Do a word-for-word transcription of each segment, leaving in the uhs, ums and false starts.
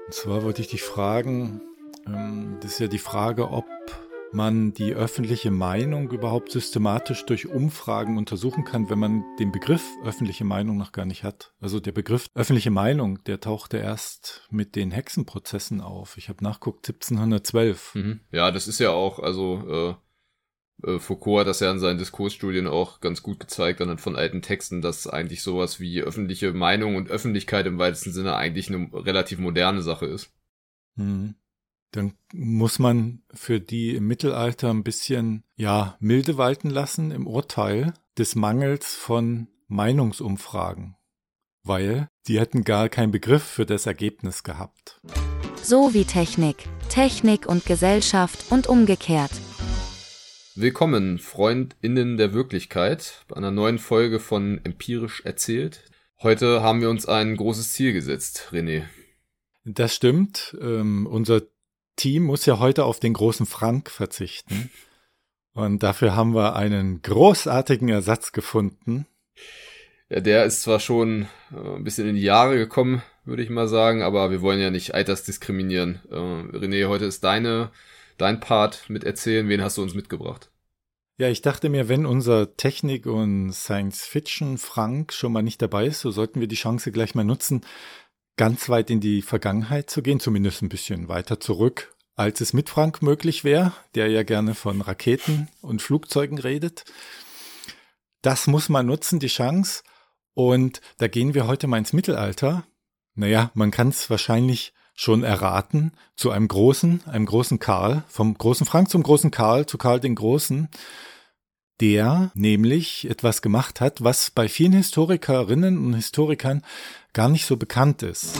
Und zwar wollte ich dich fragen, ähm, das ist ja die Frage, ob man die öffentliche Meinung überhaupt systematisch durch Umfragen untersuchen kann, wenn man den Begriff öffentliche Meinung noch gar nicht hat. Also der Begriff öffentliche Meinung, der tauchte erst mit den Hexenprozessen auf. Ich habe nachgeguckt, siebzehnhundertzwölf. Mhm. Ja, das ist ja auch, also äh, äh, Foucault hat das ja in seinen Diskursstudien auch ganz gut gezeigt, anhand von alten Texten, dass eigentlich sowas wie öffentliche Meinung und Öffentlichkeit im weitesten Sinne eigentlich eine relativ moderne Sache ist. Mhm. Dann muss man für die im Mittelalter ein bisschen, ja, Milde walten lassen im Urteil des Mangels von Meinungsumfragen, weil die hätten gar keinen Begriff für das Ergebnis gehabt. So wie Technik, Technik und Gesellschaft und umgekehrt. Willkommen, FreundInnen der Wirklichkeit, bei einer neuen Folge von Empirisch erzählt. Heute haben wir uns ein großes Ziel gesetzt, René. Das stimmt. Ähm, unser Team muss ja heute auf den großen Frank verzichten. Und dafür haben wir einen großartigen Ersatz gefunden. Ja, der ist zwar schon äh, ein bisschen in die Jahre gekommen, würde ich mal sagen, aber wir wollen ja nicht altersdiskriminieren. Äh, René, heute ist deine, dein Part mit erzählen. Wen hast du uns mitgebracht? Ja, ich dachte mir, wenn unser Technik- und Science-Fiction-Frank schon mal nicht dabei ist, so sollten wir die Chance gleich mal nutzen, ganz weit in die Vergangenheit zu gehen, zumindest ein bisschen weiter zurück, als es mit Frank möglich wäre, der ja gerne von Raketen und Flugzeugen redet. Das muss man nutzen, die Chance. Und da gehen wir heute mal ins Mittelalter. Naja, man kann es wahrscheinlich schon erraten, zu einem großen, einem großen Karl, vom großen Frank zum großen Karl, zu Karl den Großen, der nämlich etwas gemacht hat, was bei vielen Historikerinnen und Historikern gar nicht so bekannt ist.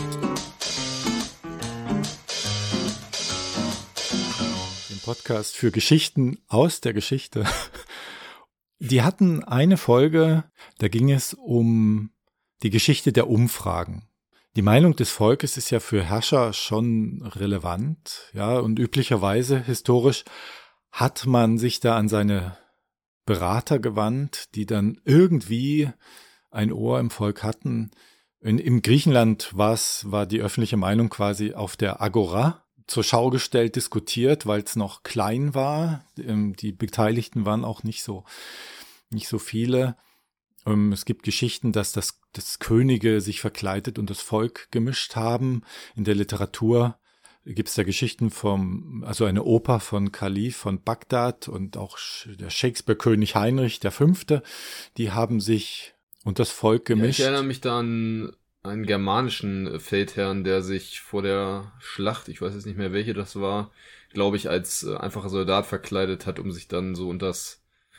Den Podcast für Geschichten aus der Geschichte. Die hatten eine Folge, da ging es um die Geschichte der Umfragen. Die Meinung des Volkes ist ja für Herrscher schon relevant, ja, und üblicherweise historisch hat man sich da an seine Berater gewandt, die dann irgendwie ein Ohr im Volk hatten. In, im Griechenland war's, war die öffentliche Meinung quasi auf der Agora zur Schau gestellt, diskutiert, weil es noch klein war. Die Beteiligten waren auch nicht so, nicht so viele. Es gibt Geschichten, dass das, das Könige sich verkleidet und das Volk gemischt haben. In der Literatur gibt es da Geschichten vom, also eine Oper von Kalif von Bagdad und auch der Shakespeare-König Heinrich der Fünfte, die haben sich und das Volk gemischt. Ja, ich erinnere mich da an einen germanischen Feldherrn, der sich vor der Schlacht, ich weiß jetzt nicht mehr welche das war, glaube ich, als einfacher Soldat verkleidet hat, um sich dann so unter das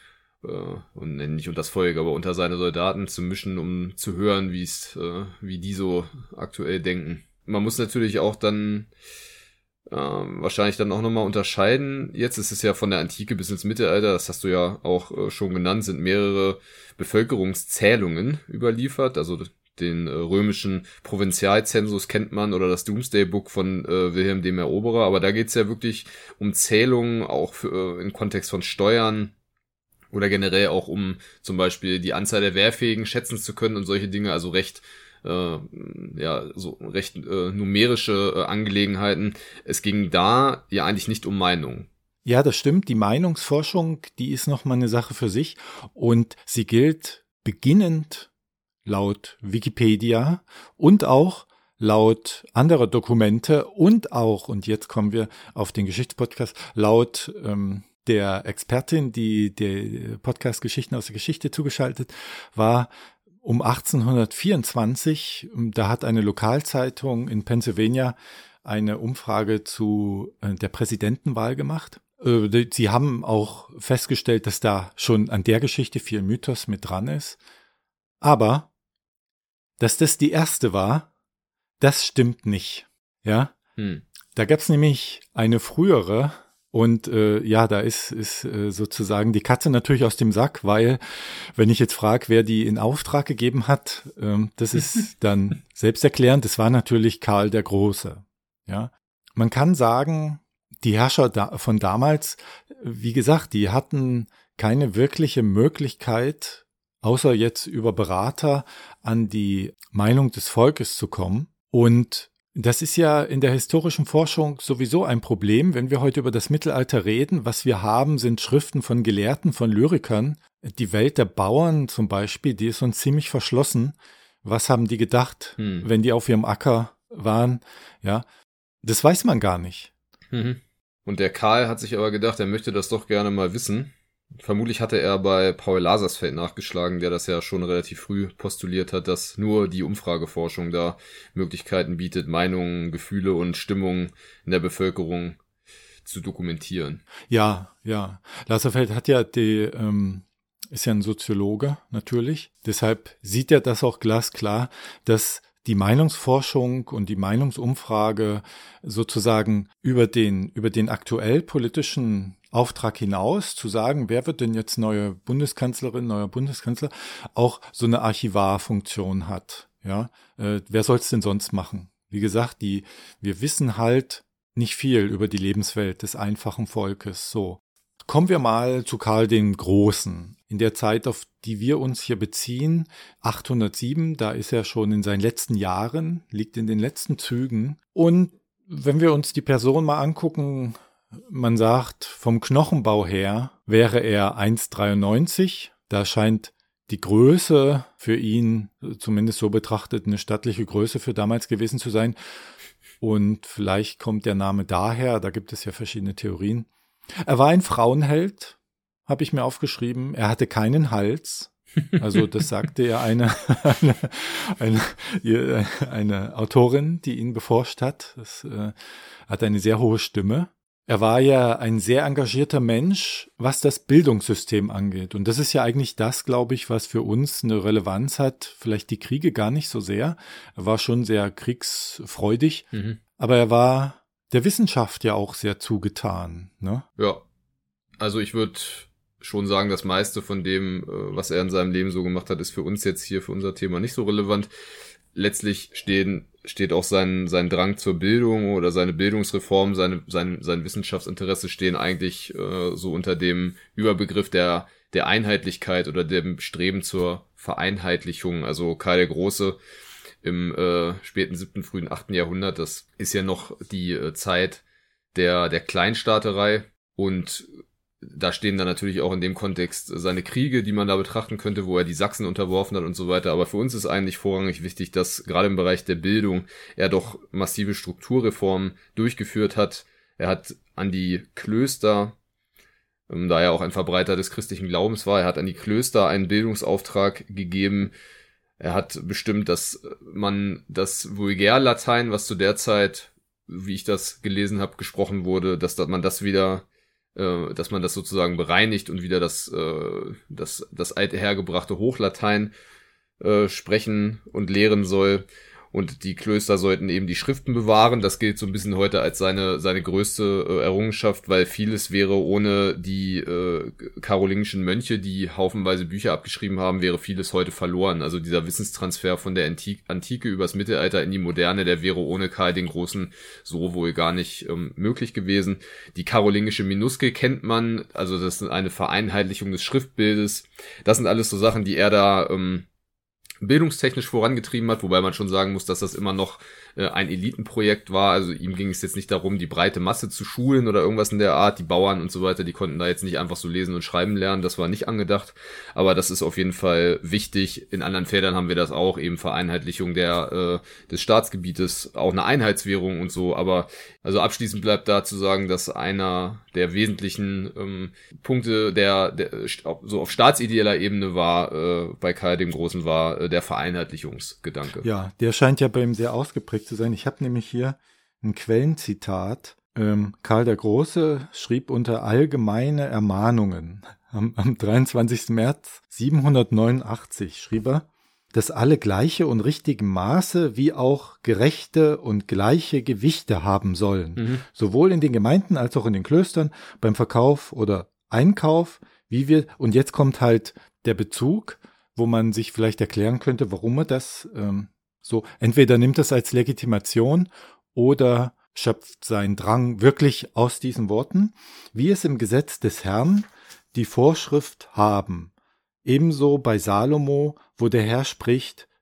und nicht unter das Volk, aber unter seine Soldaten zu mischen, um zu hören, wie es, äh, wie die so aktuell denken. Man muss natürlich auch dann äh, wahrscheinlich dann auch nochmal unterscheiden. Jetzt ist es ja von der Antike bis ins Mittelalter, das hast du ja auch äh, schon genannt, sind mehrere Bevölkerungszählungen überliefert, also den äh, römischen Provinzialzensus kennt man oder das Doomsday Book von äh, Wilhelm dem Eroberer, aber da geht's ja wirklich um Zählungen, auch für, äh, im Kontext von Steuern, oder generell auch, um zum Beispiel die Anzahl der Wehrfähigen schätzen zu können und solche Dinge, also recht, äh, ja, so recht äh, numerische äh, Angelegenheiten. Es ging da ja eigentlich nicht um Meinung. Ja, das stimmt. Die Meinungsforschung, die ist nochmal eine Sache für sich und sie gilt beginnend laut Wikipedia und auch laut anderer Dokumente und auch, und jetzt kommen wir auf den Geschichtspodcast, laut ähm, der Expertin, die der Podcast Geschichten aus der Geschichte zugeschaltet war, um achtzehnhundertvierundzwanzig, da hat eine Lokalzeitung in Pennsylvania eine Umfrage zu der Präsidentenwahl gemacht. Sie haben auch festgestellt, dass da schon an der Geschichte viel Mythos mit dran ist. Aber, dass das die erste war, das stimmt nicht. Ja, hm. Da gab es nämlich eine frühere. Und äh, ja, da ist, ist äh, sozusagen die Katze natürlich aus dem Sack, weil wenn ich jetzt frage, wer die in Auftrag gegeben hat, ähm, das ist dann selbsterklärend. Das war natürlich Karl der Große. Ja, man kann sagen, die Herrscher da, von damals, wie gesagt, die hatten keine wirkliche Möglichkeit, außer jetzt über Berater an die Meinung des Volkes zu kommen. Und Das ist ja in der historischen Forschung sowieso ein Problem, wenn wir heute über das Mittelalter reden. Was wir haben, sind Schriften von Gelehrten, von Lyrikern. Die Welt der Bauern zum Beispiel, die ist uns ziemlich verschlossen. Was haben die gedacht, hm. wenn die auf ihrem Acker waren? Ja, das weiß man gar nicht. Mhm. Und der Karl hat sich aber gedacht, er möchte das doch gerne mal wissen. Vermutlich hatte er bei Paul Lazarsfeld nachgeschlagen, der das ja schon relativ früh postuliert hat, dass nur die Umfrageforschung da Möglichkeiten bietet, Meinungen, Gefühle und Stimmungen in der Bevölkerung zu dokumentieren. Ja, ja. Lazarsfeld hat ja die, ähm, ist ja ein Soziologe natürlich. Deshalb sieht er das auch glasklar, dass die Meinungsforschung und die Meinungsumfrage sozusagen über den, über den aktuell politischen Auftrag hinaus zu sagen, wer wird denn jetzt neue Bundeskanzlerin, neuer Bundeskanzler, auch so eine Archivarfunktion hat. Ja, äh, wer soll es denn sonst machen? Wie gesagt, die, wir wissen halt nicht viel über die Lebenswelt des einfachen Volkes. So. Kommen wir mal zu Karl dem Großen. In der Zeit, auf die wir uns hier beziehen, achthundertsieben, da ist er schon in seinen letzten Jahren, liegt in den letzten Zügen. Und wenn wir uns die Person mal angucken, man sagt, vom Knochenbau her wäre er eins Komma dreiundneunzig. Da scheint die Größe für ihn, zumindest so betrachtet, eine stattliche Größe für damals gewesen zu sein. Und vielleicht kommt der Name daher, da gibt es ja verschiedene Theorien. Er war ein Frauenheld, habe ich mir aufgeschrieben. Er hatte keinen Hals. Also das sagte ja eine, eine, eine, eine Autorin, die ihn beforscht hat. Das äh, hat eine sehr hohe Stimme. Er war ja ein sehr engagierter Mensch, was das Bildungssystem angeht. Und das ist ja eigentlich das, glaube ich, was für uns eine Relevanz hat. Vielleicht die Kriege gar nicht so sehr. Er war schon sehr kriegsfreudig, mhm. aber er war der Wissenschaft ja auch sehr zugetan, ne? Ja, also ich würde schon sagen, das meiste von dem, was er in seinem Leben so gemacht hat, ist für uns jetzt hier, für unser Thema nicht so relevant. Letztlich stehen, steht auch sein, sein Drang zur Bildung oder seine Bildungsreform, seine, sein, sein Wissenschaftsinteresse stehen eigentlich äh, so unter dem Überbegriff der, der Einheitlichkeit oder dem Streben zur Vereinheitlichung. Also Karl der Große im äh, späten siebten, frühen achten Jahrhundert, das ist ja noch die äh, Zeit der, der Kleinstaaterei, und da stehen dann natürlich auch in dem Kontext seine Kriege, die man da betrachten könnte, wo er die Sachsen unterworfen hat und so weiter. Aber für uns ist eigentlich vorrangig wichtig, dass gerade im Bereich der Bildung er doch massive Strukturreformen durchgeführt hat. Er hat an die Klöster, da er auch ein Verbreiter des christlichen Glaubens war, er hat an die Klöster einen Bildungsauftrag gegeben. Er hat bestimmt, dass man das Vulgärlatein, was zu der Zeit, wie ich das gelesen habe, gesprochen wurde, dass man das wieder, äh, dass man das sozusagen bereinigt und wieder das, äh, das, das alte hergebrachte Hochlatein äh, sprechen und lehren soll. Und die Klöster sollten eben die Schriften bewahren. Das gilt so ein bisschen heute als seine seine größte äh, Errungenschaft, weil vieles wäre ohne die äh, karolingischen Mönche, die haufenweise Bücher abgeschrieben haben, wäre vieles heute verloren. Also dieser Wissenstransfer von der Antik- Antike übers Mittelalter in die Moderne, der wäre ohne Karl den Großen so wohl gar nicht ähm, möglich gewesen. Die karolingische Minuskel kennt man, also das ist eine Vereinheitlichung des Schriftbildes. Das sind alles so Sachen, die er da ähm, bildungstechnisch vorangetrieben hat, wobei man schon sagen muss, dass das immer noch äh, ein Elitenprojekt war. Also ihm ging es jetzt nicht darum, die breite Masse zu schulen oder irgendwas in der Art. Die Bauern und so weiter, die konnten da jetzt nicht einfach so lesen und schreiben lernen. Das war nicht angedacht. Aber das ist auf jeden Fall wichtig. In anderen Feldern haben wir das auch, eben Vereinheitlichung der äh, des Staatsgebietes, auch eine Einheitswährung und so. Aber also abschließend bleibt da zu sagen, dass einer der wesentlichen ähm, Punkte, der, der so auf staatsideeller Ebene war, äh, bei Karl dem Großen, war äh, der Vereinheitlichungsgedanke. Ja, der scheint ja bei ihm sehr ausgeprägt zu sein. Ich habe nämlich hier ein Quellenzitat. Ähm, Karl der Große schrieb unter allgemeine Ermahnungen am, am dreiundzwanzigsten März siebenhundertneunundachtzig schrieb er, dass alle gleiche und richtige Maße wie auch gerechte und gleiche Gewichte haben sollen, mhm. sowohl in den Gemeinden als auch in den Klöstern, beim Verkauf oder Einkauf, wie wir, und jetzt kommt halt der Bezug, wo man sich vielleicht erklären könnte, warum er das ähm, so, entweder nimmt es als Legitimation oder schöpft seinen Drang wirklich aus diesen Worten, wie es im Gesetz des Herrn die Vorschrift haben. Ebenso bei Salomo, wo der Herr spricht,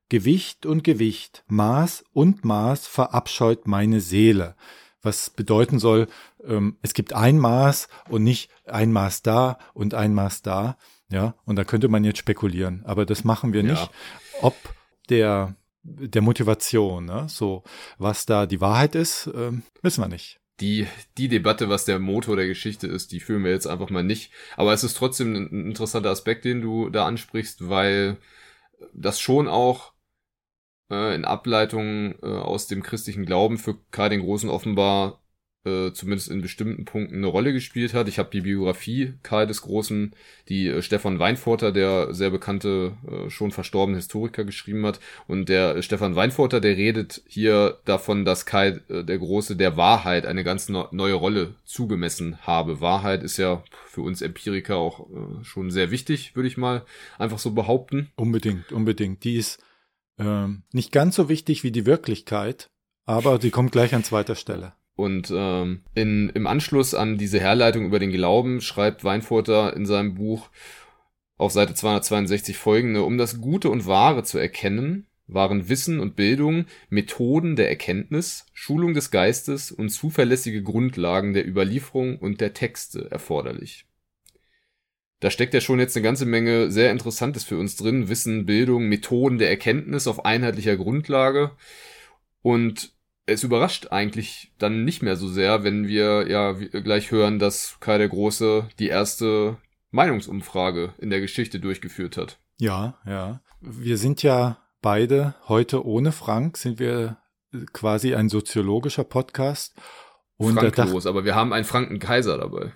Gewicht und Gewicht, Maß und Maß verabscheut meine Seele. Was bedeuten soll, ähm, es gibt ein Maß und nicht ein Maß da und ein Maß da. Ja, und da könnte man jetzt spekulieren, aber das machen wir nicht. Ja. Ob der, der Motivation, ne? So, was da die Wahrheit ist, ähm, wissen wir nicht. Die, die Debatte, was der Motor der Geschichte ist, die führen wir jetzt einfach mal nicht. Aber es ist trotzdem ein interessanter Aspekt, den du da ansprichst, weil das schon auch äh, in Ableitung äh, aus dem christlichen Glauben für Karl den Großen offenbar äh, zumindest in bestimmten Punkten eine Rolle gespielt hat. Ich habe die Biografie Karl des Großen, die äh, Stefan Weinfurter, der sehr bekannte, äh, schon verstorbene Historiker, geschrieben hat. Und der äh, Stefan Weinfurter, der redet hier davon, dass Karl äh, der Große der Wahrheit eine ganz no- neue Rolle zugemessen habe. Wahrheit ist ja für uns Empiriker auch äh, schon sehr wichtig, würde ich mal einfach so behaupten. Unbedingt, unbedingt. Die ist ähm, nicht ganz so wichtig wie die Wirklichkeit, aber die kommt gleich an zweiter Stelle. Und ähm, in, im Anschluss an diese Herleitung über den Glauben schreibt Weinfurter in seinem Buch auf Seite zweihundertzweiundsechzig folgende: Um das Gute und Wahre zu erkennen, waren Wissen und Bildung Methoden der Erkenntnis, Schulung des Geistes und zuverlässige Grundlagen der Überlieferung und der Texte erforderlich. Da steckt ja schon jetzt eine ganze Menge sehr Interessantes für uns drin. Wissen, Bildung, Methoden der Erkenntnis auf einheitlicher Grundlage. Und es überrascht eigentlich dann nicht mehr so sehr, wenn wir ja gleich hören, dass Karl der Große die erste Meinungsumfrage in der Geschichte durchgeführt hat. Ja, ja. Wir sind ja beide heute ohne Frank, sind wir quasi ein soziologischer Podcast. Und Franklos, aber wir haben einen Frankenkaiser dabei.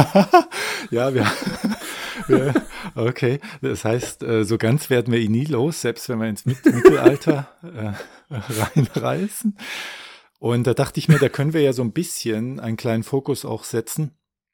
Ja, wir, wir, okay. Das heißt, so ganz werden wir ihn nie los, selbst wenn wir ins Mittelalter äh, reinreißen. Und da dachte ich mir, da können wir ja so ein bisschen einen kleinen Fokus auch setzen.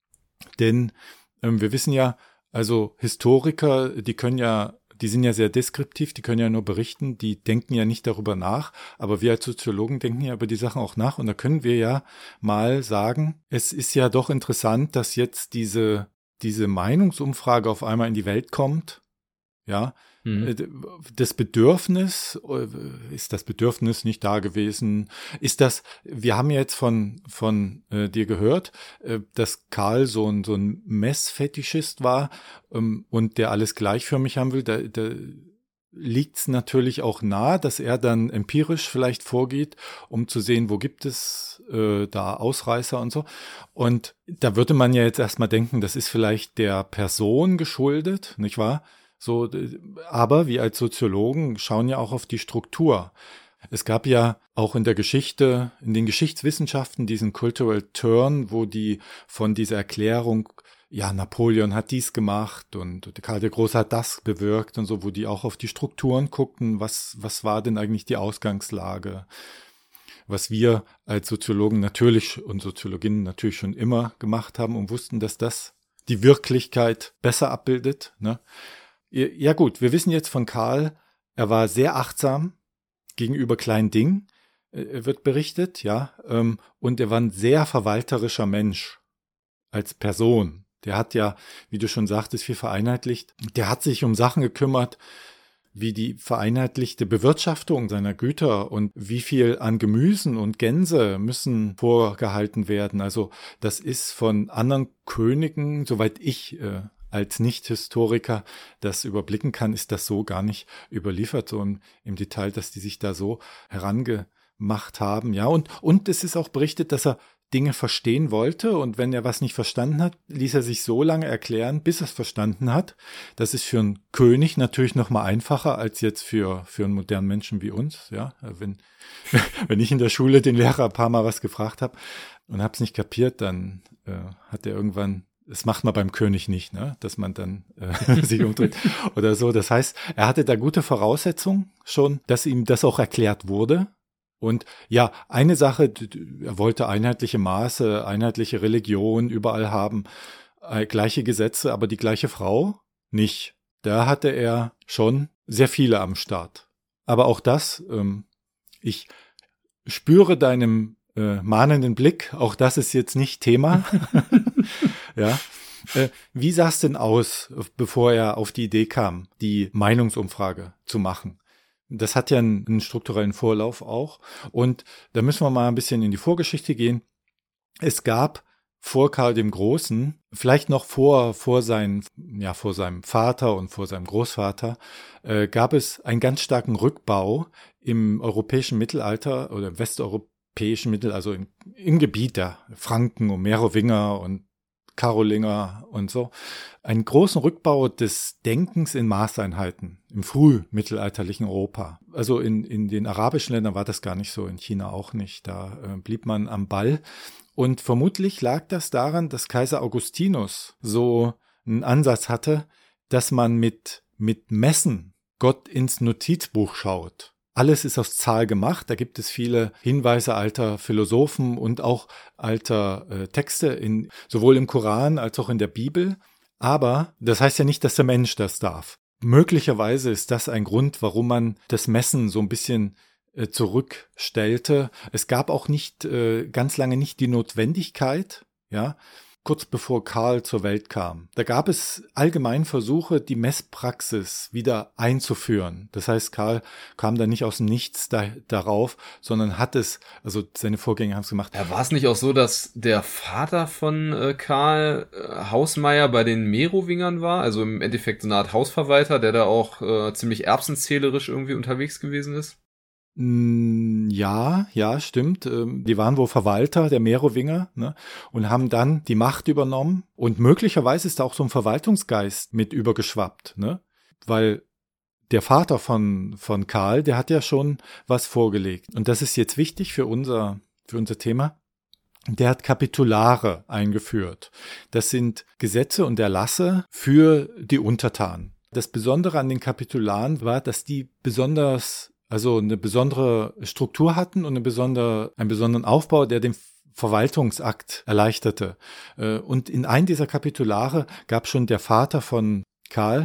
Denn ähm, wir wissen ja, also Historiker, die können ja, die sind ja sehr deskriptiv, die können ja nur berichten, die denken ja nicht darüber nach, aber wir als Soziologen denken ja über die Sachen auch nach und da können wir ja mal sagen, es ist ja doch interessant, dass jetzt diese, diese Meinungsumfrage auf einmal in die Welt kommt, ja, mhm. Das Bedürfnis, ist das Bedürfnis nicht da gewesen? Ist das, wir haben jetzt von, von äh, dir gehört, äh, dass Karl so ein, so ein Messfetischist war ähm, und der alles gleichförmig haben will, da, da liegt es natürlich auch nahe, dass er dann empirisch vielleicht vorgeht, um zu sehen, wo gibt es äh, da Ausreißer und so. Und da würde man ja jetzt erstmal denken, das ist vielleicht der Person geschuldet, nicht wahr? So, aber wir als Soziologen schauen ja auch auf die Struktur. Es gab ja auch in der Geschichte, in den Geschichtswissenschaften diesen Cultural Turn, wo die von dieser Erklärung, ja, Napoleon hat dies gemacht und Karl der Große hat das bewirkt und so, wo die auch auf die Strukturen guckten, was, was war denn eigentlich die Ausgangslage? Was wir als Soziologen natürlich und Soziologinnen natürlich schon immer gemacht haben und wussten, dass das die Wirklichkeit besser abbildet, ne? Ja gut, wir wissen jetzt von Karl, er war sehr achtsam gegenüber kleinen Dingen, äh, wird berichtet, ja, ähm, und er war ein sehr verwalterischer Mensch als Person. Der hat ja, wie du schon sagtest, viel vereinheitlicht. Der hat sich um Sachen gekümmert, wie die vereinheitlichte Bewirtschaftung seiner Güter und wie viel an Gemüsen und Gänse müssen vorgehalten werden. Also das ist von anderen Königen, soweit ich äh, als Nicht-Historiker das überblicken kann, ist das so gar nicht überliefert, so im, im Detail, dass die sich da so herangemacht haben. Ja, und, und es ist auch berichtet, dass er Dinge verstehen wollte und wenn er was nicht verstanden hat, ließ er sich so lange erklären, bis er es verstanden hat. Das ist für einen König natürlich noch mal einfacher als jetzt für, für einen modernen Menschen wie uns. Ja, wenn, wenn ich in der Schule den Lehrer ein paar Mal was gefragt habe und habe es nicht kapiert, dann äh, hat er irgendwann das macht man beim König nicht, ne? Dass man dann äh, sich umdreht oder so. Das heißt, er hatte da gute Voraussetzungen schon, dass ihm das auch erklärt wurde. Und ja, eine Sache, er wollte einheitliche Maße, einheitliche Religion überall haben, äh, gleiche Gesetze, aber die gleiche Frau nicht. Da hatte er schon sehr viele am Start. Aber auch das, ähm, ich spüre deinem äh, mahnenden Blick, auch das ist jetzt nicht Thema. Ja, äh, wie sah es denn aus, bevor er auf die Idee kam, die Meinungsumfrage zu machen? Das hat ja einen, einen strukturellen Vorlauf auch. Und da müssen wir mal ein bisschen in die Vorgeschichte gehen. Es gab vor Karl dem Großen, vielleicht noch vor, vor, sein, ja, vor seinem Vater und vor seinem Großvater, äh, gab es einen ganz starken Rückbau im europäischen Mittelalter oder im westeuropäischen Mittelalter, also im, im Gebiet der Franken und Merowinger und Karolinger und so, einen großen Rückbau des Denkens in Maßeinheiten im frühmittelalterlichen Europa. Also in, in den arabischen Ländern war das gar nicht so, in China auch nicht. Da äh, blieb man am Ball. Und vermutlich lag das daran, dass Kaiser Augustinus so einen Ansatz hatte, dass man mit, mit Messen Gott ins Notizbuch schaut. Alles ist aus Zahl gemacht. Da gibt es viele Hinweise alter Philosophen und auch alter äh, Texte, in, sowohl im Koran als auch in der Bibel. Aber das heißt ja nicht, dass der Mensch das darf. Möglicherweise ist das ein Grund, warum man das Messen so ein bisschen äh, zurückstellte. Es gab auch nicht äh, ganz lange nicht die Notwendigkeit, ja, kurz bevor Karl zur Welt kam. Da gab es allgemein Versuche, die Messpraxis wieder einzuführen. Das heißt, Karl kam da nicht aus dem Nichts da, darauf, sondern hat es, also seine Vorgänger haben es gemacht. Ja, war es nicht auch so, dass der Vater von äh, Karl äh, Hausmeier bei den Merowingern war? Also im Endeffekt so eine Art Hausverwalter, der da auch äh, ziemlich erbsenzählerisch irgendwie unterwegs gewesen ist? Ja, ja, stimmt. Die waren wohl Verwalter der Merowinger, ne, und haben dann die Macht übernommen. Und möglicherweise ist da auch so ein Verwaltungsgeist mit übergeschwappt, ne, weil der Vater von, von Karl, der hat ja schon was vorgelegt. Und das ist jetzt wichtig für unser, für unser Thema. Der hat Kapitulare eingeführt. Das sind Gesetze und Erlasse für die Untertanen. Das Besondere an den Kapitularen war, dass die besonders Also eine besondere Struktur hatten und eine besondere, einen besonderen Aufbau, der den Verwaltungsakt erleichterte. Und in einem dieser Kapitulare gab schon der Vater von Karl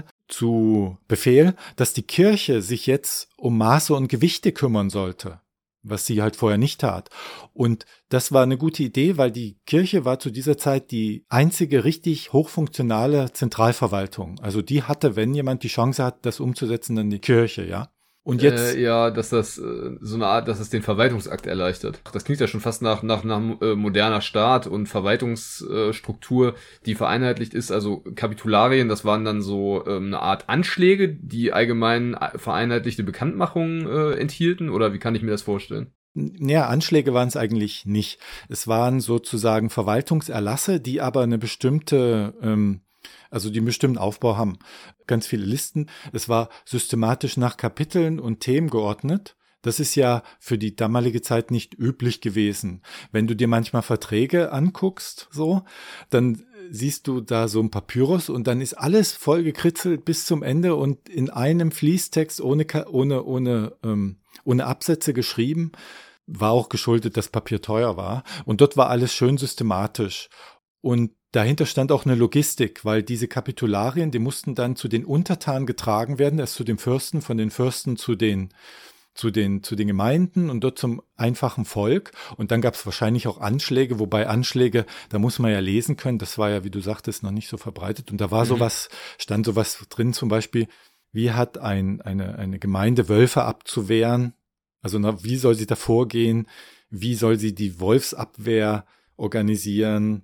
zu Befehl, dass die Kirche sich jetzt um Maße und Gewichte kümmern sollte, was sie halt vorher nicht tat. Und das war eine gute Idee, weil die Kirche war zu dieser Zeit die einzige richtig hochfunktionale Zentralverwaltung. Also die hatte, wenn jemand die Chance hat, das umzusetzen, dann die Kirche, ja. Und jetzt äh, ja, dass das äh, so eine Art, dass es den Verwaltungsakt erleichtert. Das klingt ja schon fast nach nach nach äh, moderner Staat und Verwaltungsstruktur, äh, die vereinheitlicht ist. Also Kapitularien, das waren dann so ähm, eine Art Anschläge, die allgemein vereinheitlichte Bekanntmachungen äh, enthielten. Oder wie kann ich mir das vorstellen? Ja, Anschläge waren es eigentlich nicht. Es waren sozusagen Verwaltungserlasse, die aber eine bestimmte ähm, Also die einen bestimmten Aufbau haben. Ganz viele Listen. Es war systematisch nach Kapiteln und Themen geordnet. Das ist ja für die damalige Zeit nicht üblich gewesen. Wenn du dir manchmal Verträge anguckst, so, dann siehst du da so ein Papyrus und dann ist alles voll gekritzelt bis zum Ende und in einem Fließtext ohne, ohne, ohne, ähm, ohne Absätze geschrieben. War auch geschuldet, dass Papier teuer war. Und dort war alles schön systematisch. Und dahinter stand auch eine Logistik, weil diese Kapitularien, die mussten dann zu den Untertanen getragen werden, erst zu den Fürsten, von den Fürsten zu den, zu den, zu den Gemeinden und dort zum einfachen Volk. Und dann gab es wahrscheinlich auch Anschläge, wobei Anschläge, da muss man ja lesen können, das war ja, wie du sagtest, noch nicht so verbreitet. Und da war mhm. sowas, stand sowas drin, zum Beispiel, wie hat ein, eine, eine Gemeinde Wölfe abzuwehren? Also na, wie soll sie da vorgehen? Wie soll sie die Wolfsabwehr organisieren?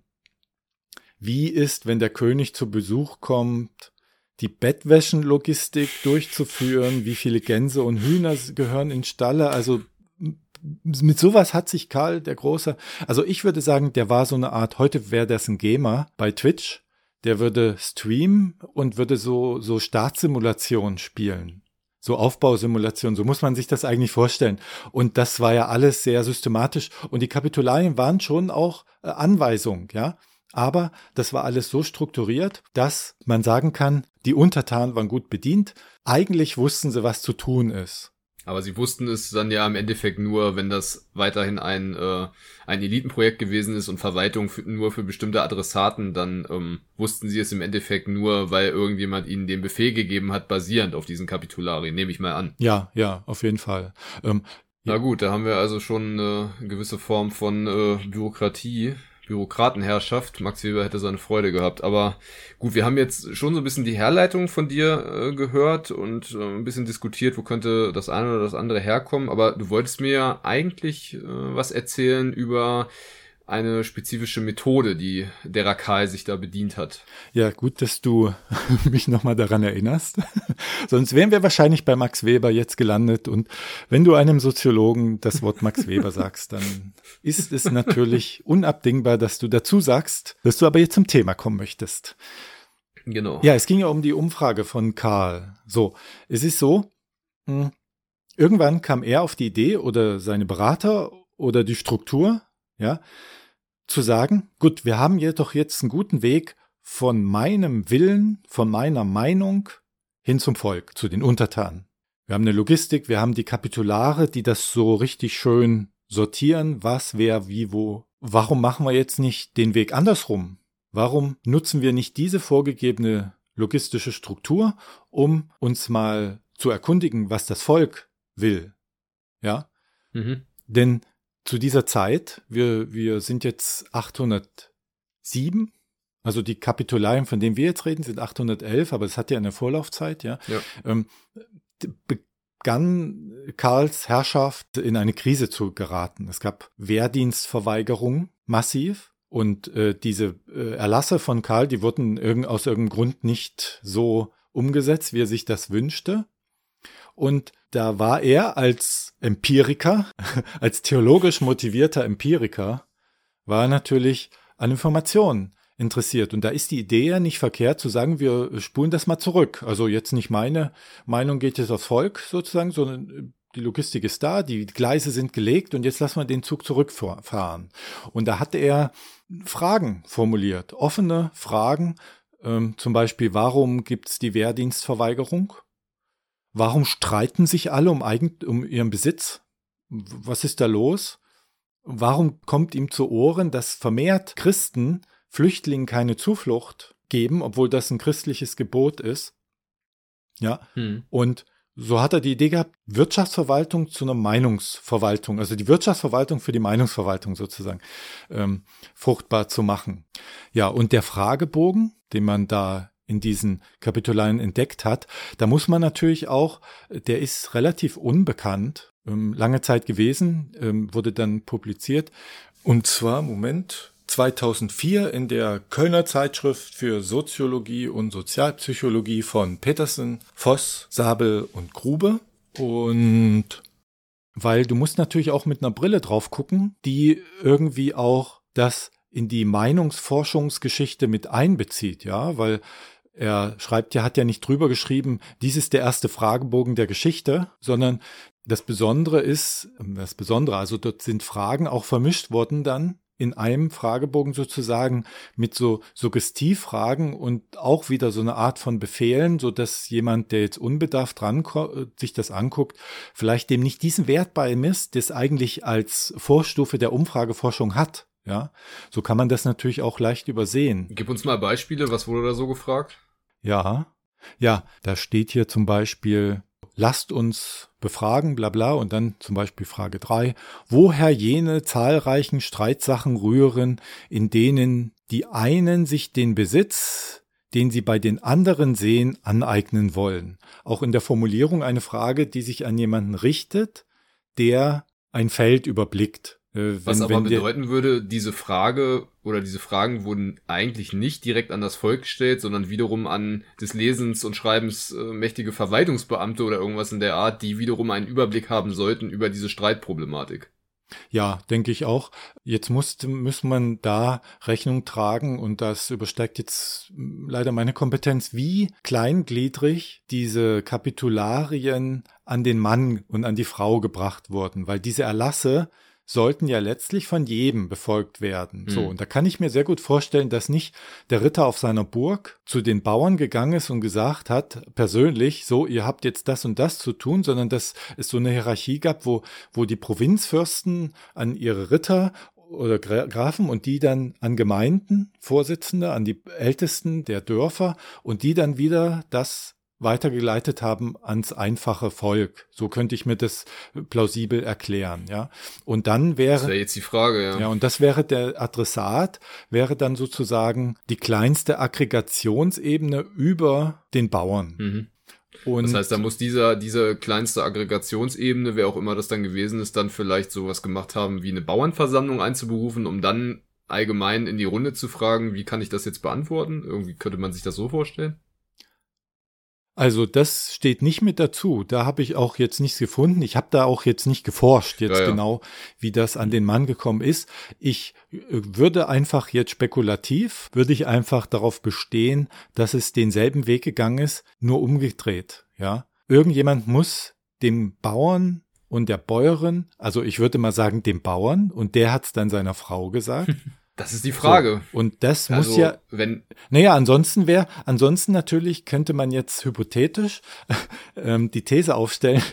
Wie ist, wenn der König zu Besuch kommt, die Bettwäschenlogistik durchzuführen? Wie viele Gänse und Hühner gehören in Stalle? Also mit sowas hat sich Karl der Große, also ich würde sagen, der war so eine Art, heute wäre das ein Gamer bei Twitch, der würde streamen und würde so, so Startsimulationen spielen. So Aufbausimulationen, so muss man sich das eigentlich vorstellen. Und das war ja alles sehr systematisch. Und die Kapitularien waren schon auch äh, Anweisungen, ja. Aber das war alles so strukturiert, dass man sagen kann, die Untertanen waren gut bedient. Eigentlich wussten sie, was zu tun ist. Aber sie wussten es dann ja im Endeffekt nur, wenn das weiterhin ein äh, ein Elitenprojekt gewesen ist und Verwaltung für, nur für bestimmte Adressaten, dann ähm, wussten sie es im Endeffekt nur, weil irgendjemand ihnen den Befehl gegeben hat, basierend auf diesen Kapitularien, nehme ich mal an. Ja, ja, auf jeden Fall. Ähm, Na gut, da haben wir also schon eine gewisse Form von äh, Bürokratie Bürokratenherrschaft. Max Weber hätte seine Freude gehabt. Aber gut, wir haben jetzt schon so ein bisschen die Herleitung von dir äh, gehört und äh, ein bisschen diskutiert, wo könnte das eine oder das andere herkommen. Aber du wolltest mir ja eigentlich äh, was erzählen über eine spezifische Methode, die der Racal sich da bedient hat. Ja, gut, dass du mich nochmal daran erinnerst. Sonst wären wir wahrscheinlich bei Max Weber jetzt gelandet. Und wenn du einem Soziologen das Wort Max Weber sagst, dann ist es natürlich unabdingbar, dass du dazu sagst, dass du aber jetzt zum Thema kommen möchtest. Genau. Ja, es ging ja um die Umfrage von Karl. So, es ist so, mh, irgendwann kam er auf die Idee oder seine Berater oder die Struktur, ja, zu sagen, gut, wir haben ja doch jetzt einen guten Weg von meinem Willen, von meiner Meinung hin zum Volk, zu den Untertanen. Wir haben eine Logistik, wir haben die Kapitulare, die das so richtig schön sortieren, was, wer, wie, wo. Warum machen wir jetzt nicht den Weg andersrum? Warum nutzen wir nicht diese vorgegebene logistische Struktur, um uns mal zu erkundigen, was das Volk will? Ja? Mhm. Denn zu dieser Zeit, wir, wir sind jetzt achthundertsieben, also die Kapitularien, von denen wir jetzt reden, sind achthundertelf, aber es hat ja eine Vorlaufzeit, ja, Ja. ähm, begann Karls Herrschaft in eine Krise zu geraten. Es gab Wehrdienstverweigerung massiv und äh, diese äh, Erlasse von Karl, die wurden irgend, aus irgendeinem Grund nicht so umgesetzt, wie er sich das wünschte. Und da war er als Empiriker, als theologisch motivierter Empiriker, war er natürlich an Informationen interessiert. Und da ist die Idee ja nicht verkehrt zu sagen, wir spulen das mal zurück. Also jetzt nicht meine Meinung geht jetzt aufs Volk sozusagen, sondern die Logistik ist da, die Gleise sind gelegt und jetzt lassen wir den Zug zurückfahren. Und da hat er Fragen formuliert, offene Fragen, ähm, zum Beispiel, warum gibt es die Wehrdienstverweigerung? Warum streiten sich alle um, eigen, um ihren Besitz? Was ist da los? Warum kommt ihm zu Ohren, dass vermehrt Christen Flüchtlingen keine Zuflucht geben, obwohl das ein christliches Gebot ist? Ja, Hm. und so hat er die Idee gehabt, Wirtschaftsverwaltung zu einer Meinungsverwaltung, also die Wirtschaftsverwaltung für die Meinungsverwaltung sozusagen ähm, fruchtbar zu machen. Ja, und der Fragebogen, den man da in diesen Kapitularien entdeckt hat, da muss man natürlich auch, der ist relativ unbekannt, ähm, lange Zeit gewesen, ähm, wurde dann publiziert. Und zwar, Moment, zweitausendvier in der Kölner Zeitschrift für Soziologie und Sozialpsychologie von Petersen, Voss, Sabel und Grube. Und weil du musst natürlich auch mit einer Brille drauf gucken, die irgendwie auch das in die Meinungsforschungsgeschichte mit einbezieht, ja, weil er schreibt ja, hat ja nicht drüber geschrieben, dies ist der erste Fragebogen der Geschichte, sondern das Besondere ist, das Besondere, also dort sind Fragen auch vermischt worden dann in einem Fragebogen sozusagen mit so Suggestivfragen und auch wieder so eine Art von Befehlen, so dass jemand, der jetzt unbedarft dran sich das anguckt, vielleicht dem nicht diesen Wert beimisst, das eigentlich als Vorstufe der Umfrageforschung hat. Ja, so kann man das natürlich auch leicht übersehen. Gib uns mal Beispiele, was wurde da so gefragt? Ja, ja, da steht hier zum Beispiel, lasst uns befragen, bla bla, und dann zum Beispiel Frage drei, woher jene zahlreichen Streitsachen rühren, in denen die einen sich den Besitz, den sie bei den anderen sehen, aneignen wollen. Auch in der Formulierung eine Frage, die sich an jemanden richtet, der ein Feld überblickt. Äh, Was wenn, aber wenn der, bedeuten würde, diese Frage oder diese Fragen wurden eigentlich nicht direkt an das Volk gestellt, sondern wiederum an des Lesens und Schreibens äh, mächtige Verwaltungsbeamte oder irgendwas in der Art, die wiederum einen Überblick haben sollten über diese Streitproblematik. Ja, denke ich auch. Jetzt muss, muss man da Rechnung tragen und das übersteigt jetzt leider meine Kompetenz, wie kleingliedrig diese Kapitularien an den Mann und an die Frau gebracht wurden, weil diese Erlasse sollten ja letztlich von jedem befolgt werden. So, Hm. und da kann ich mir sehr gut vorstellen, dass nicht der Ritter auf seiner Burg zu den Bauern gegangen ist und gesagt hat, persönlich, so, ihr habt jetzt das und das zu tun, sondern dass es so eine Hierarchie gab, wo, wo die Provinzfürsten an ihre Ritter oder Gra- Grafen und die dann an Gemeinden, Vorsitzende, an die Ältesten der Dörfer und die dann wieder das weitergeleitet haben ans einfache Volk. So könnte ich mir das plausibel erklären, ja. Und dann wäre. Das wäre jetzt die Frage, ja. Ja, und das wäre der Adressat, wäre dann sozusagen die kleinste Aggregationsebene über den Bauern. Mhm. Und das heißt, da muss dieser, diese kleinste Aggregationsebene, wer auch immer das dann gewesen ist, dann vielleicht sowas gemacht haben, wie eine Bauernversammlung einzuberufen, um dann allgemein in die Runde zu fragen, wie kann ich das jetzt beantworten? Irgendwie könnte man sich das so vorstellen. Also das steht nicht mit dazu. Da habe ich auch jetzt nichts gefunden. Ich habe da auch jetzt nicht geforscht, jetzt ja, ja. genau, wie das an den Mann gekommen ist. Ich äh, würde einfach jetzt spekulativ, würde ich einfach darauf bestehen, dass es denselben Weg gegangen ist, nur umgedreht. Ja, irgendjemand muss dem Bauern und der Bäuerin, also ich würde mal sagen dem Bauern, und der hat es dann seiner Frau gesagt. Das ist die Frage. So, und das also, muss ja, wenn, naja, ansonsten wäre, ansonsten natürlich könnte man jetzt hypothetisch ähm, die These aufstellen,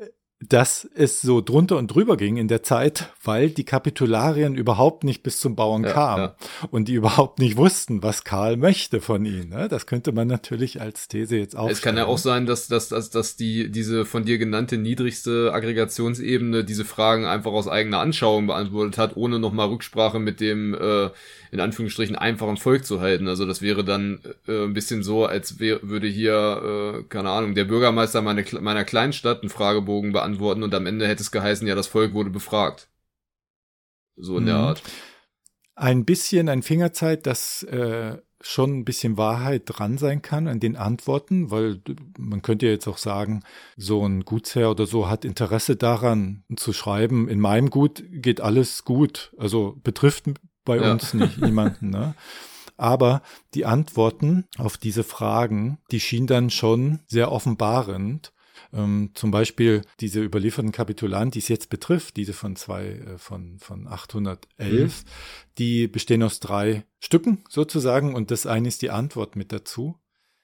dass es so drunter und drüber ging in der Zeit, weil die Kapitularien überhaupt nicht bis zum Bauern ja, kamen ja. und die überhaupt nicht wussten, was Karl möchte von ihnen. Ne? Das könnte man natürlich als These jetzt aufstellen. Es kann ja auch sein, dass, dass, dass, dass die, diese von dir genannte niedrigste Aggregationsebene diese Fragen einfach aus eigener Anschauung beantwortet hat, ohne nochmal Rücksprache mit dem, äh, in Anführungsstrichen, einfachen Volk zu halten. Also das wäre dann äh, ein bisschen so, als wär, würde hier, äh, keine Ahnung, der Bürgermeister meiner, meiner Kleinstadt einen Fragebogen beantworten und am Ende hätte es geheißen, ja, das Volk wurde befragt. So in der Art. Ein bisschen ein Fingerzeig, dass äh, schon ein bisschen Wahrheit dran sein kann an den Antworten, weil man könnte ja jetzt auch sagen, so ein Gutsherr oder so hat Interesse daran zu schreiben, in meinem Gut geht alles gut, also betrifft bei ja. uns nicht niemanden, ne? Aber die Antworten auf diese Fragen, die schienen dann schon sehr offenbarend. Ähm, zum Beispiel diese überlieferten Kapitulanten, die es jetzt betrifft, diese von zwei, äh, von, von achthundertelf, mhm. die bestehen aus drei Stücken sozusagen und das eine ist die Antwort mit dazu,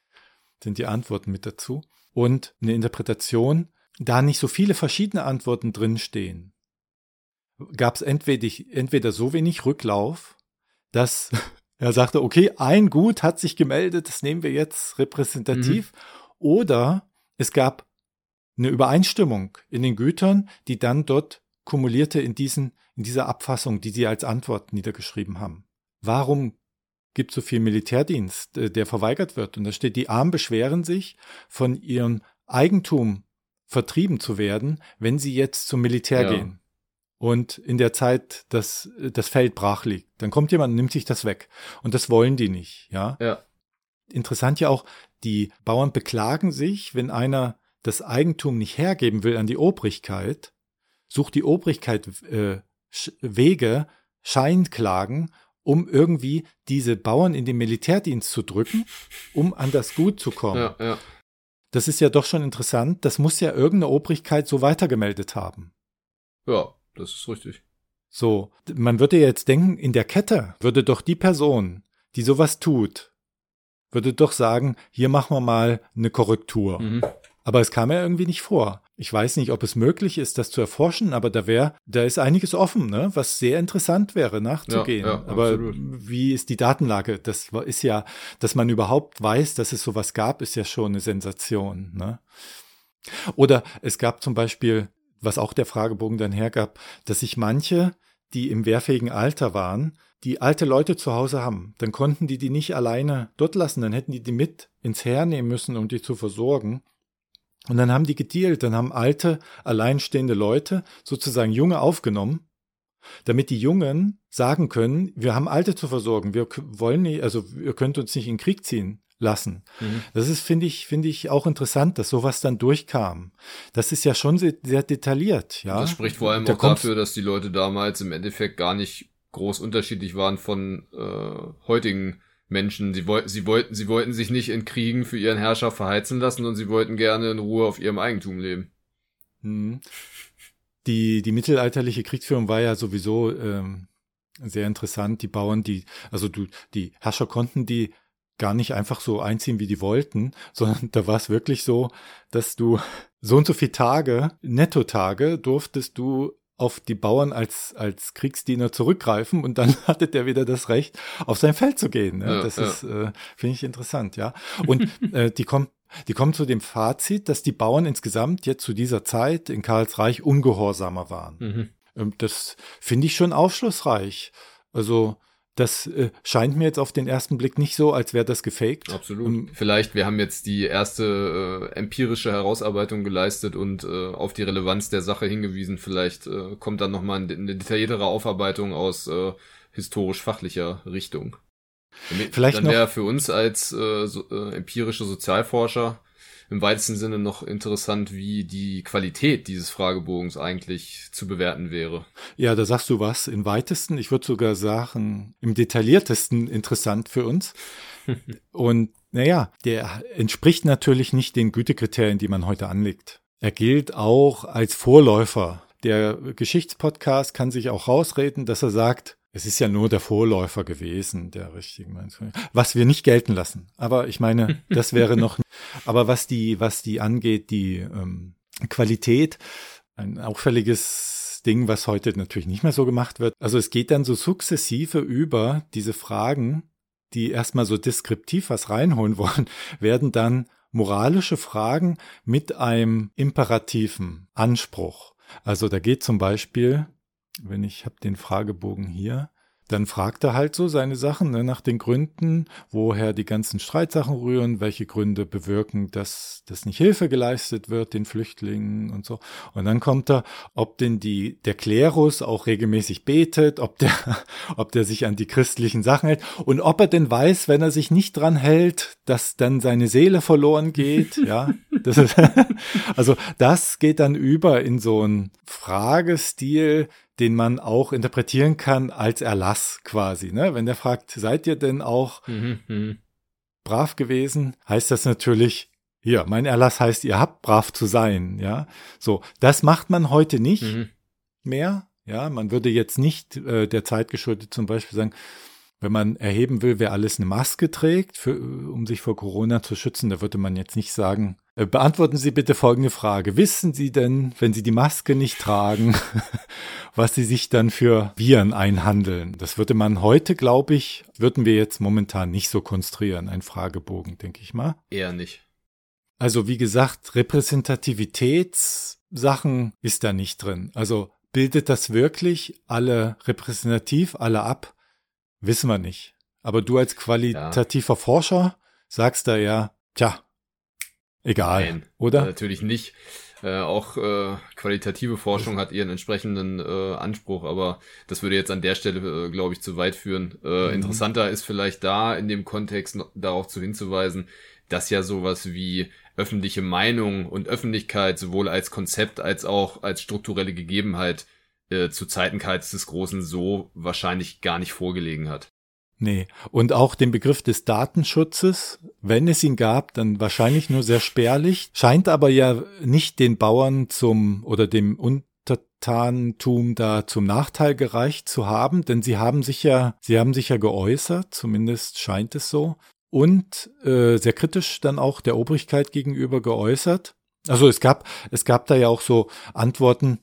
sind die Antworten mit dazu und eine Interpretation, da nicht so viele verschiedene Antworten drinstehen, gab es entweder, entweder so wenig Rücklauf, dass er sagte, okay, ein Gut hat sich gemeldet, das nehmen wir jetzt repräsentativ, mhm. oder es gab eine Übereinstimmung in den Gütern, die dann dort kumulierte in diesen, in dieser Abfassung, die sie als Antwort niedergeschrieben haben. Warum gibt es so viel Militärdienst, der verweigert wird? Und da steht, die Armen beschweren sich, von ihrem Eigentum vertrieben zu werden, wenn sie jetzt zum Militär ja. gehen. Und in der Zeit das, das Feld brach liegt. Dann kommt jemand und nimmt sich das weg. Und das wollen die nicht, ja. ja. Interessant ja auch, die Bauern beklagen sich, wenn einer das Eigentum nicht hergeben will an die Obrigkeit, sucht die Obrigkeit äh, Wege, Scheinklagen, um irgendwie diese Bauern in den Militärdienst zu drücken, um an das Gut zu kommen. Ja, ja. Das ist ja doch schon interessant. Das muss ja irgendeine Obrigkeit so weitergemeldet haben. Ja, das ist richtig. So, man würde jetzt denken, in der Kette würde doch die Person, die sowas tut, würde doch sagen, hier machen wir mal eine Korrektur. Mhm. Aber es kam ja irgendwie nicht vor. Ich weiß nicht, ob es möglich ist, das zu erforschen, aber da wäre, da ist einiges offen, ne, was sehr interessant wäre, nachzugehen. Ja, ja, aber absolut. Wie ist die Datenlage? Das ist ja, dass man überhaupt weiß, dass es sowas gab, ist ja schon eine Sensation, ne? Oder es gab zum Beispiel, was auch der Fragebogen dann hergab, dass sich manche, die im wehrfähigen Alter waren, die alte Leute zu Hause haben, dann konnten die die nicht alleine dort lassen, dann hätten die die mit ins Heer nehmen müssen, um die zu versorgen. Und dann haben die gedealt, dann haben alte, alleinstehende Leute sozusagen Junge aufgenommen, damit die Jungen sagen können, wir haben Alte zu versorgen, wir wollen nicht, also ihr könnt uns nicht in den Krieg ziehen lassen. Mhm. Das ist, finde ich, finde ich auch interessant, dass sowas dann durchkam. Das ist ja schon sehr, sehr detailliert, ja. Das spricht vor allem da auch dafür, dass die Leute damals im Endeffekt gar nicht groß unterschiedlich waren von äh, heutigen Menschen. Sie wollten, sie wollten, sie wollten sich nicht in Kriegen für ihren Herrscher verheizen lassen und sie wollten gerne in Ruhe auf ihrem Eigentum leben. Hm. Die, die mittelalterliche Kriegsführung war ja sowieso ähm, sehr interessant. Die Bauern, die, also du, die Herrscher konnten die gar nicht einfach so einziehen, wie die wollten, sondern da war es wirklich so, dass du so und so viele Tage, Nettotage, durftest du auf die Bauern als als Kriegsdiener zurückgreifen und dann hatte der wieder das Recht, auf sein Feld zu gehen. Ne? Ja, das ja. ist, äh, finde ich interessant, ja. Und äh, die kommen, Die kommen zu dem Fazit, dass die Bauern insgesamt jetzt zu dieser Zeit in Karls Reich ungehorsamer waren. Mhm. Das finde ich schon aufschlussreich. Also das äh, scheint mir jetzt auf den ersten Blick nicht so, als wäre das gefaked. Absolut. Um, Vielleicht, wir haben jetzt die erste äh, empirische Herausarbeitung geleistet und äh, auf die Relevanz der Sache hingewiesen. Vielleicht äh, kommt dann nochmal eine, eine detailliertere Aufarbeitung aus äh, historisch-fachlicher Richtung. Vielleicht dann wäre für uns als äh, so, äh, empirische Sozialforscher im weitesten Sinne noch interessant, wie die Qualität dieses Fragebogens eigentlich zu bewerten wäre. Ja, da sagst du was. Im weitesten, ich würde sogar sagen, im detailliertesten interessant für uns. Und naja, der entspricht natürlich nicht den Gütekriterien, die man heute anlegt. Er gilt auch als Vorläufer. Der Geschichtspodcast kann sich auch rausreden, dass er sagt, es ist ja nur der Vorläufer gewesen, der richtigen, was wir nicht gelten lassen. Aber ich meine, das wäre noch, aber was die, was die angeht, die ähm, Qualität, ein auffälliges Ding, was heute natürlich nicht mehr so gemacht wird. Also es geht dann so sukzessive über diese Fragen, die erstmal so deskriptiv was reinholen wollen, werden dann moralische Fragen mit einem imperativen Anspruch. Also da geht zum Beispiel, wenn ich habe den Fragebogen hier, dann fragt er halt so seine Sachen, ne, nach den Gründen, woher die ganzen Streitsachen rühren, welche Gründe bewirken, dass, dass nicht Hilfe geleistet wird den Flüchtlingen und so. Und dann kommt er, ob denn die, der Klerus auch regelmäßig betet, ob der, ob der sich an die christlichen Sachen hält und ob er denn weiß, wenn er sich nicht dran hält, dass dann seine Seele verloren geht, ja. Das ist, also das geht dann über in so einen Fragestil, den man auch interpretieren kann als Erlass quasi, ne? Wenn der fragt, seid ihr denn auch mhm, mh. brav gewesen, heißt das natürlich, hier, mein Erlass heißt, ihr habt brav zu sein, ja? So, das macht man heute nicht mhm. mehr, ja? Man würde jetzt nicht äh, der Zeit geschuldet zum Beispiel sagen, wenn man erheben will, wer alles eine Maske trägt, für, um sich vor Corona zu schützen, da würde man jetzt nicht sagen, äh, beantworten Sie bitte folgende Frage. Wissen Sie denn, wenn Sie die Maske nicht tragen, was Sie sich dann für Viren einhandeln? Das würde man heute, glaube ich, würden wir jetzt momentan nicht so konstruieren, ein Fragebogen, denke ich mal. Eher nicht. Also wie gesagt, Repräsentativitätssachen ist da nicht drin. Also bildet das wirklich alle repräsentativ, alle ab? Wissen wir nicht. Aber du als qualitativer ja. Forscher sagst da ja, tja, egal, Nein, oder? Äh, natürlich nicht. Äh, auch äh, qualitative Forschung hat ihren entsprechenden äh, Anspruch, aber das würde jetzt an der Stelle, äh, glaube ich, zu weit führen. Äh, mhm. Interessanter ist vielleicht da in dem Kontext noch darauf zu hinzuweisen, dass ja sowas wie öffentliche Meinung und Öffentlichkeit sowohl als Konzept als auch als strukturelle Gegebenheit äh, zu Zeiten Karls des Großen so wahrscheinlich gar nicht vorgelegen hat. Nee, und auch den Begriff des Datenschutzes, wenn es ihn gab, dann wahrscheinlich nur sehr spärlich, scheint aber ja nicht den Bauern zum oder dem Untertanentum da zum Nachteil gereicht zu haben, denn sie haben sich ja, sie haben sich ja geäußert, zumindest scheint es so, und äh, sehr kritisch dann auch der Obrigkeit gegenüber geäußert. Also es gab, es gab da ja auch so Antworten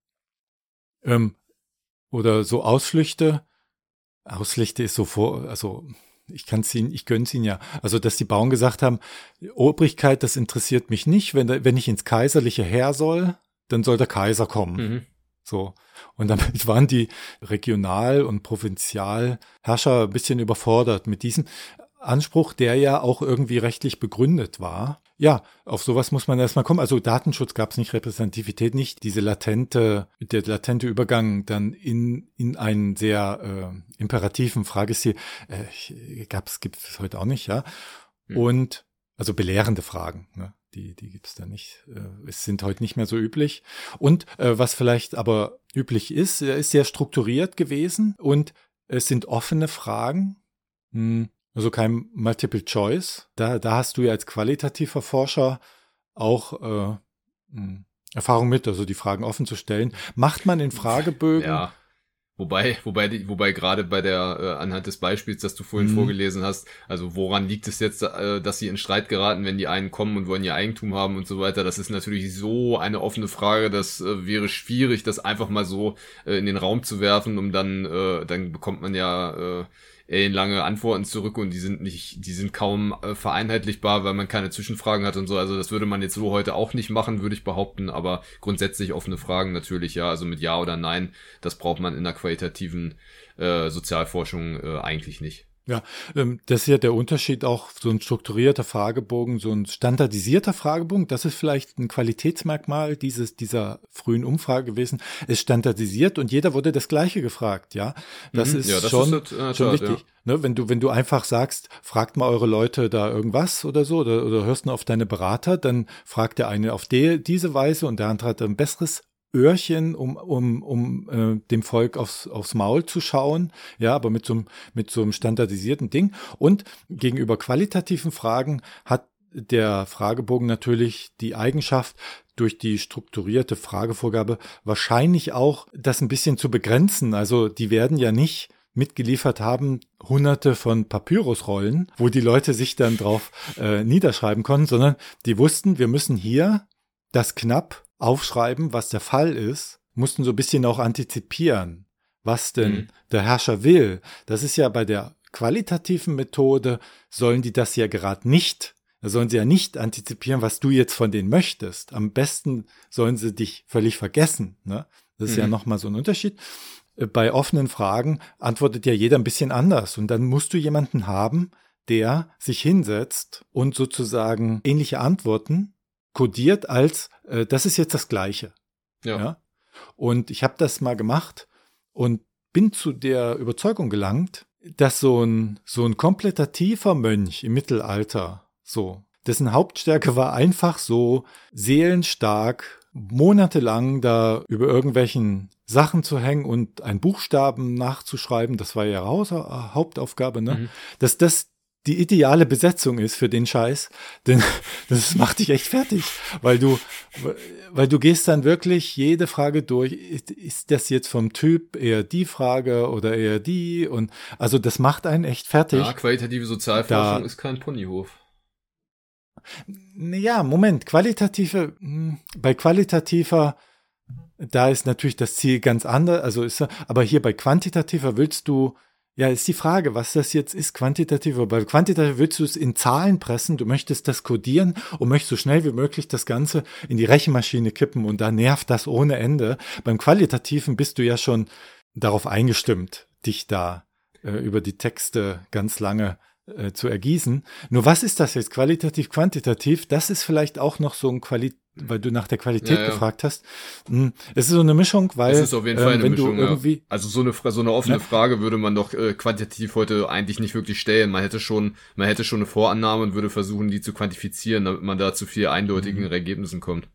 ähm, oder so Ausflüchte. Auslichte ist so vor, also ich kann es ihnen, ich gönn's ihnen ja. Also, dass die Bauern gesagt haben, Obrigkeit, das interessiert mich nicht. Wenn, wenn ich ins kaiserliche Heer soll, dann soll der Kaiser kommen. Mhm. So. Und damit waren die Regional- und Provinzialherrscher ein bisschen überfordert mit diesem Anspruch, der ja auch irgendwie rechtlich begründet war. Ja, auf sowas muss man erstmal kommen. Also Datenschutz gab es nicht, Repräsentativität nicht. Diese latente, der latente Übergang dann in in einen sehr äh, imperativen Fragestil äh, gab's gibt's heute auch nicht, ja. Mhm. Und also belehrende Fragen, ne? Die die gibt's da nicht. Äh, es sind heute nicht mehr so üblich. Und äh, was vielleicht aber üblich ist, er ist sehr strukturiert gewesen und es sind offene Fragen. Hm. Also kein Multiple Choice. Da, da hast du ja als qualitativer Forscher auch äh, Erfahrung mit, also die Fragen offen zu stellen. Macht man in Fragebögen? Ja, wobei, wobei, wobei gerade bei der äh, anhand des Beispiels, das du vorhin mhm. vorgelesen hast, also woran liegt es jetzt, äh, dass sie in Streit geraten, wenn die einen kommen und wollen ihr Eigentum haben und so weiter? Das ist natürlich so eine offene Frage, das äh, wäre schwierig, das einfach mal so äh, in den Raum zu werfen, um dann, äh, dann bekommt man ja äh, ellenlange Antworten zurück und die sind nicht, die sind kaum äh, vereinheitlichbar, weil man keine Zwischenfragen hat und so. Also das würde man jetzt so heute auch nicht machen, würde ich behaupten, aber grundsätzlich offene Fragen natürlich, ja, also mit Ja oder Nein, das braucht man in der qualitativen äh, Sozialforschung äh, eigentlich nicht. Ja, das ist ja der Unterschied auch, so ein strukturierter Fragebogen, so ein standardisierter Fragebogen, das ist vielleicht ein Qualitätsmerkmal dieses, dieser frühen Umfrage gewesen, ist standardisiert und jeder wurde das Gleiche gefragt, ja. Das mhm, ist ja, das schon, ist das, äh, schon Tat, wichtig. Ja. Ne, wenn du, wenn du einfach sagst, fragt mal eure Leute da irgendwas oder so, oder, oder hörst nur auf deine Berater, dann fragt der eine auf die, diese Weise und der andere hat ein besseres Öhrchen, um um um äh, dem Volk aufs aufs Maul zu schauen, ja, aber mit so einem mit so einem standardisierten Ding. Und gegenüber qualitativen Fragen hat der Fragebogen natürlich die Eigenschaft, durch die strukturierte Fragevorgabe wahrscheinlich auch das ein bisschen zu begrenzen. Also die werden ja nicht mitgeliefert haben, hunderte von Papyrusrollen, wo die Leute sich dann drauf äh, niederschreiben konnten, sondern die wussten, wir müssen hier das knapp aufschreiben, was der Fall ist, mussten so ein bisschen auch antizipieren, was denn mhm. der Herrscher will. Das ist ja bei der qualitativen Methode, sollen die das ja gerade nicht, da sollen sie ja nicht antizipieren, was du jetzt von denen möchtest. Am besten sollen sie dich völlig vergessen. Ne? Das ist mhm. ja nochmal so ein Unterschied. Bei offenen Fragen antwortet ja jeder ein bisschen anders und dann musst du jemanden haben, der sich hinsetzt und sozusagen ähnliche Antworten kodiert als, äh, das ist jetzt das Gleiche. Ja. ja? Und ich habe das mal gemacht und bin zu der Überzeugung gelangt, dass so ein, so ein kompletativer Mönch im Mittelalter, so, dessen Hauptstärke war einfach so seelenstark, monatelang da über irgendwelchen Sachen zu hängen und einen Buchstaben nachzuschreiben, das war ja Haus- Hauptaufgabe, ne? Mhm. Dass das die ideale Besetzung ist für den Scheiß, denn das macht dich echt fertig, weil du, weil du gehst dann wirklich jede Frage durch, ist, ist das jetzt vom Typ eher die Frage oder eher die und also das macht einen echt fertig. Ja, qualitative Sozialforschung da, ist kein Ponyhof. Ja, Moment, qualitative, bei qualitativer, da ist natürlich das Ziel ganz anders, also ist, aber hier bei quantitativer willst du, ja, ist die Frage, was das jetzt ist, quantitativ. Bei quantitativ willst du es in Zahlen pressen, du möchtest das kodieren und möchtest so schnell wie möglich das Ganze in die Rechenmaschine kippen und da nervt das ohne Ende. Beim Qualitativen bist du ja schon darauf eingestimmt, dich da äh, über die Texte ganz lange äh, zu ergießen. Nur was ist das jetzt, qualitativ, quantitativ? Das ist vielleicht auch noch so ein Qualität, weil du nach der Qualität ja, ja. gefragt hast. Es ist so eine Mischung, weil es ist auf jeden Fall äh, eine wenn Mischung, du irgendwie ja. Also so eine so eine offene ja. Frage würde man doch äh, quantitativ heute eigentlich nicht wirklich stellen. Man hätte schon man hätte schon eine Vorannahme und würde versuchen, die zu quantifizieren, damit man da zu viel eindeutigen mhm. Ergebnissen kommt.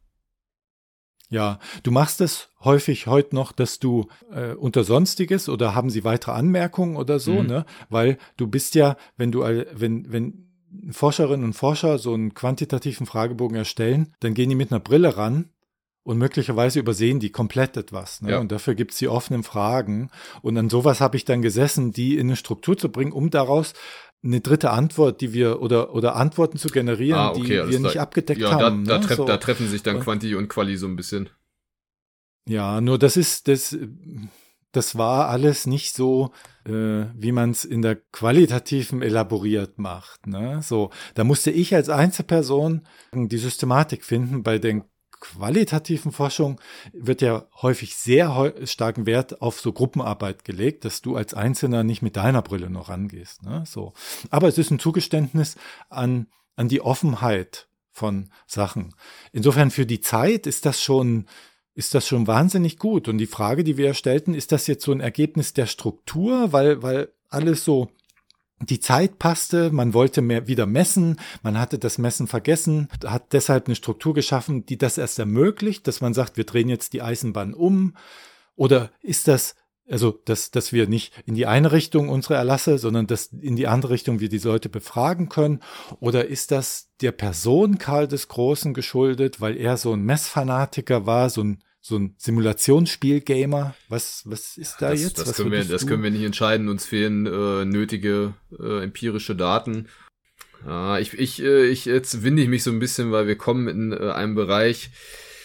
Ja, du machst es häufig heute noch, dass du äh, unter Sonstiges oder haben sie weitere Anmerkungen oder so, mhm. ne? Weil du bist ja, wenn du wenn wenn Forscherinnen und Forscher so einen quantitativen Fragebogen erstellen, dann gehen die mit einer Brille ran und möglicherweise übersehen die komplett etwas. Ne? Ja. Und dafür gibt's die offenen Fragen. Und an sowas habe ich dann gesessen, die in eine Struktur zu bringen, um daraus eine dritte Antwort, die wir oder oder Antworten zu generieren, ah, okay, die wir nicht da, abgedeckt ja, haben. Da, da, ne? treff, so. da treffen sich dann Quanti und Quali so ein bisschen. Ja, nur das ist das. Das war alles nicht so, äh, wie man es in der qualitativen elaboriert macht. Ne? So, da musste ich als Einzelperson die Systematik finden. Bei den qualitativen Forschung wird ja häufig sehr heu- starken Wert auf so Gruppenarbeit gelegt, dass du als Einzelner nicht mit deiner Brille noch rangehst. Ne? So, aber es ist ein Zugeständnis an an die Offenheit von Sachen. Insofern für die Zeit ist das schon ist das schon wahnsinnig gut. Und die Frage, die wir stellten, ist das jetzt so ein Ergebnis der Struktur, weil, weil alles so, die Zeit passte, man wollte mehr wieder messen, man hatte das Messen vergessen, hat deshalb eine Struktur geschaffen, die das erst ermöglicht, dass man sagt, wir drehen jetzt die Eisenbahn um. Oder ist das, also, dass, dass wir nicht in die eine Richtung unsere Erlasse, sondern dass in die andere Richtung wir die Leute befragen können? Oder ist das der Person Karl des Großen geschuldet, weil er so ein Messfanatiker war, so ein so ein Simulationsspiel-Gamer? Was, was ist da das, jetzt? Das, was können wir, das können wir nicht entscheiden. Uns fehlen äh, nötige äh, empirische Daten. Ja, ich, ich, äh, ich, jetzt winde ich mich so ein bisschen, weil wir kommen in äh, einen Bereich,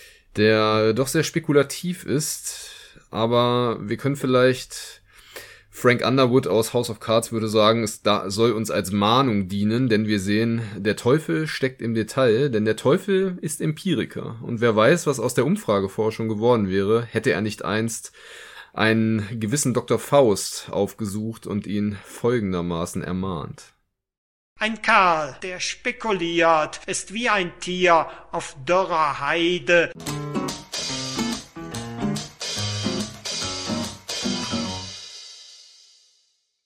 der doch sehr spekulativ ist. Aber wir können vielleicht Frank Underwood aus House of Cards würde sagen, es da soll uns als Mahnung dienen, denn wir sehen, der Teufel steckt im Detail, denn der Teufel ist Empiriker. Und wer weiß, was aus der Umfrageforschung geworden wäre, hätte er nicht einst einen gewissen Doktor Faust aufgesucht und ihn folgendermaßen ermahnt. Ein Kerl, der spekuliert, ist wie ein Tier auf dürrer Heide.